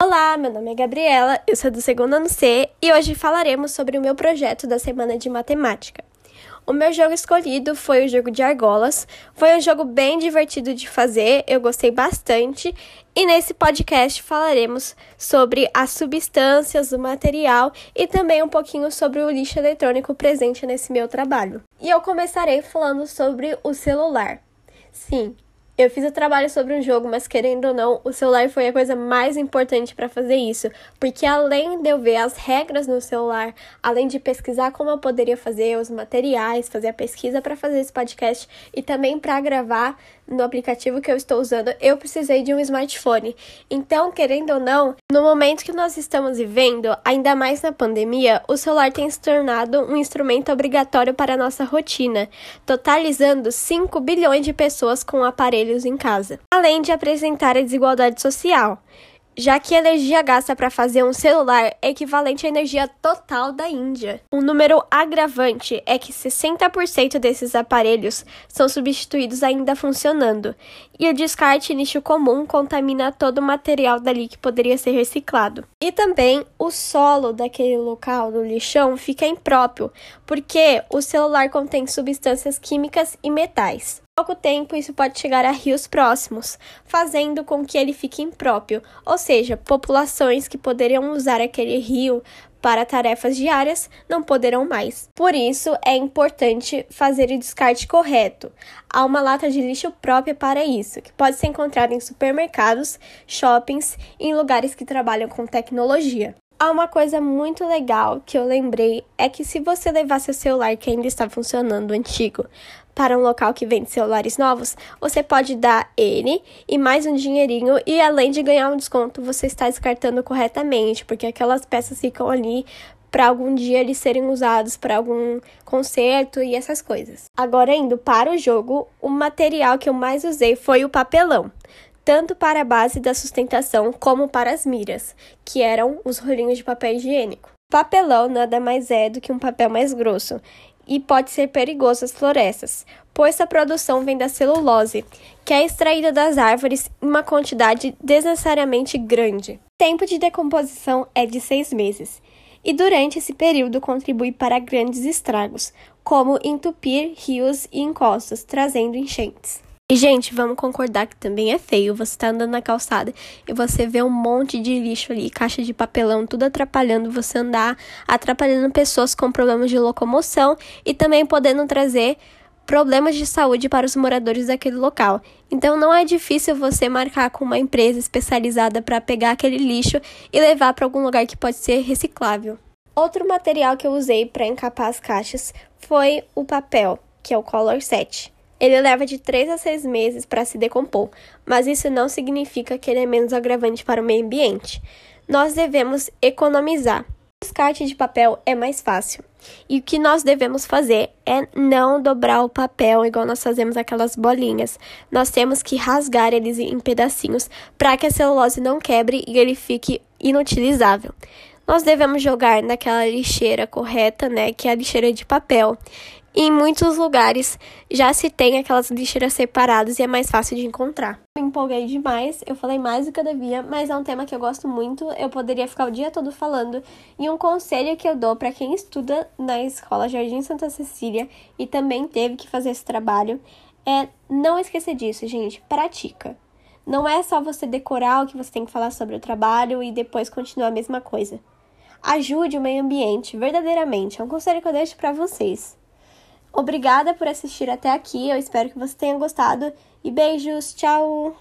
Olá, meu nome é Gabriela, eu sou do segundo ano C e hoje falaremos sobre o meu projeto da semana de matemática. O meu jogo escolhido foi o jogo de argolas, foi um jogo bem divertido de fazer, eu gostei bastante e nesse podcast falaremos sobre as substâncias do material e também um pouquinho sobre o lixo eletrônico presente nesse meu trabalho. E eu começarei falando sobre o celular. Sim, eu fiz o trabalho sobre um jogo, mas querendo ou não, o celular foi a coisa mais importante para fazer isso, porque além de eu ver as regras no celular, além de pesquisar como eu poderia fazer os materiais, fazer a pesquisa para fazer esse podcast e também para gravar no aplicativo que eu estou usando, eu precisei de um smartphone. Então, querendo ou não, no momento que nós estamos vivendo, ainda mais na pandemia, o celular tem se tornado um instrumento obrigatório para a nossa rotina, totalizando 5 bilhões de pessoas com aparelhos em casa, além de apresentar a desigualdade social, já que a energia gasta para fazer um celular é equivalente à energia total da Índia. Um número agravante é que 60% desses aparelhos são substituídos ainda funcionando, e o descarte em lixo comum contamina todo o material dali que poderia ser reciclado. E também o solo daquele local do lixão fica impróprio, porque o celular contém substâncias químicas e metais. Em pouco tempo, isso pode chegar a rios próximos, fazendo com que ele fique impróprio, ou seja, populações que poderiam usar aquele rio para tarefas diárias não poderão mais. Por isso, é importante fazer o descarte correto. Há uma lata de lixo própria para isso, que pode ser encontrada em supermercados, shoppings e em lugares que trabalham com tecnologia. Há uma coisa muito legal que eu lembrei, é que se você levar seu celular que ainda está funcionando, antigo, para um local que vende celulares novos, você pode dar ele e mais um dinheirinho e além de ganhar um desconto, você está descartando corretamente, porque aquelas peças ficam ali para algum dia eles serem usados para algum concerto e essas coisas. Agora, indo para o jogo, o material que eu mais usei foi o papelão, tanto para a base da sustentação como para as miras, que eram os rolinhos de papel higiênico. Papelão nada mais é do que um papel mais grosso e pode ser perigoso às florestas, pois a produção vem da celulose, que é extraída das árvores em uma quantidade desnecessariamente grande. O tempo de decomposição é de 6 meses, e durante esse período contribui para grandes estragos, como entupir rios e encostas, trazendo enchentes. E, gente, vamos concordar que também é feio você tá andando na calçada e você vê um monte de lixo ali, caixa de papelão, tudo atrapalhando você andar, atrapalhando pessoas com problemas de locomoção e também podendo trazer problemas de saúde para os moradores daquele local. Então, não é difícil você marcar com uma empresa especializada para pegar aquele lixo e levar para algum lugar que pode ser reciclável. Outro material que eu usei para encapar as caixas foi o papel, que é o Color 7. Ele leva de 3 a 6 meses para se decompor, mas isso não significa que ele é menos agravante para o meio ambiente. Nós devemos economizar. O descarte de papel é mais fácil. E o que nós devemos fazer é não dobrar o papel igual nós fazemos aquelas bolinhas. Nós temos que rasgar eles em pedacinhos para que a celulose não quebre e ele fique inutilizável. Nós devemos jogar naquela lixeira correta, que é a lixeira de papel. E em muitos lugares já se tem aquelas lixeiras separadas e é mais fácil de encontrar. Me empolguei demais, eu falei mais do que eu devia, mas é um tema que eu gosto muito, eu poderia ficar o dia todo falando. E um conselho que eu dou para quem estuda na escola Jardim Santa Cecília e também teve que fazer esse trabalho é não esquecer disso, gente, pratica. Não é só você decorar o que você tem que falar sobre o trabalho e depois continuar a mesma coisa. Ajude o meio ambiente, verdadeiramente, é um conselho que eu deixo para vocês. Obrigada por assistir até aqui, eu espero que você tenha gostado e beijos, tchau!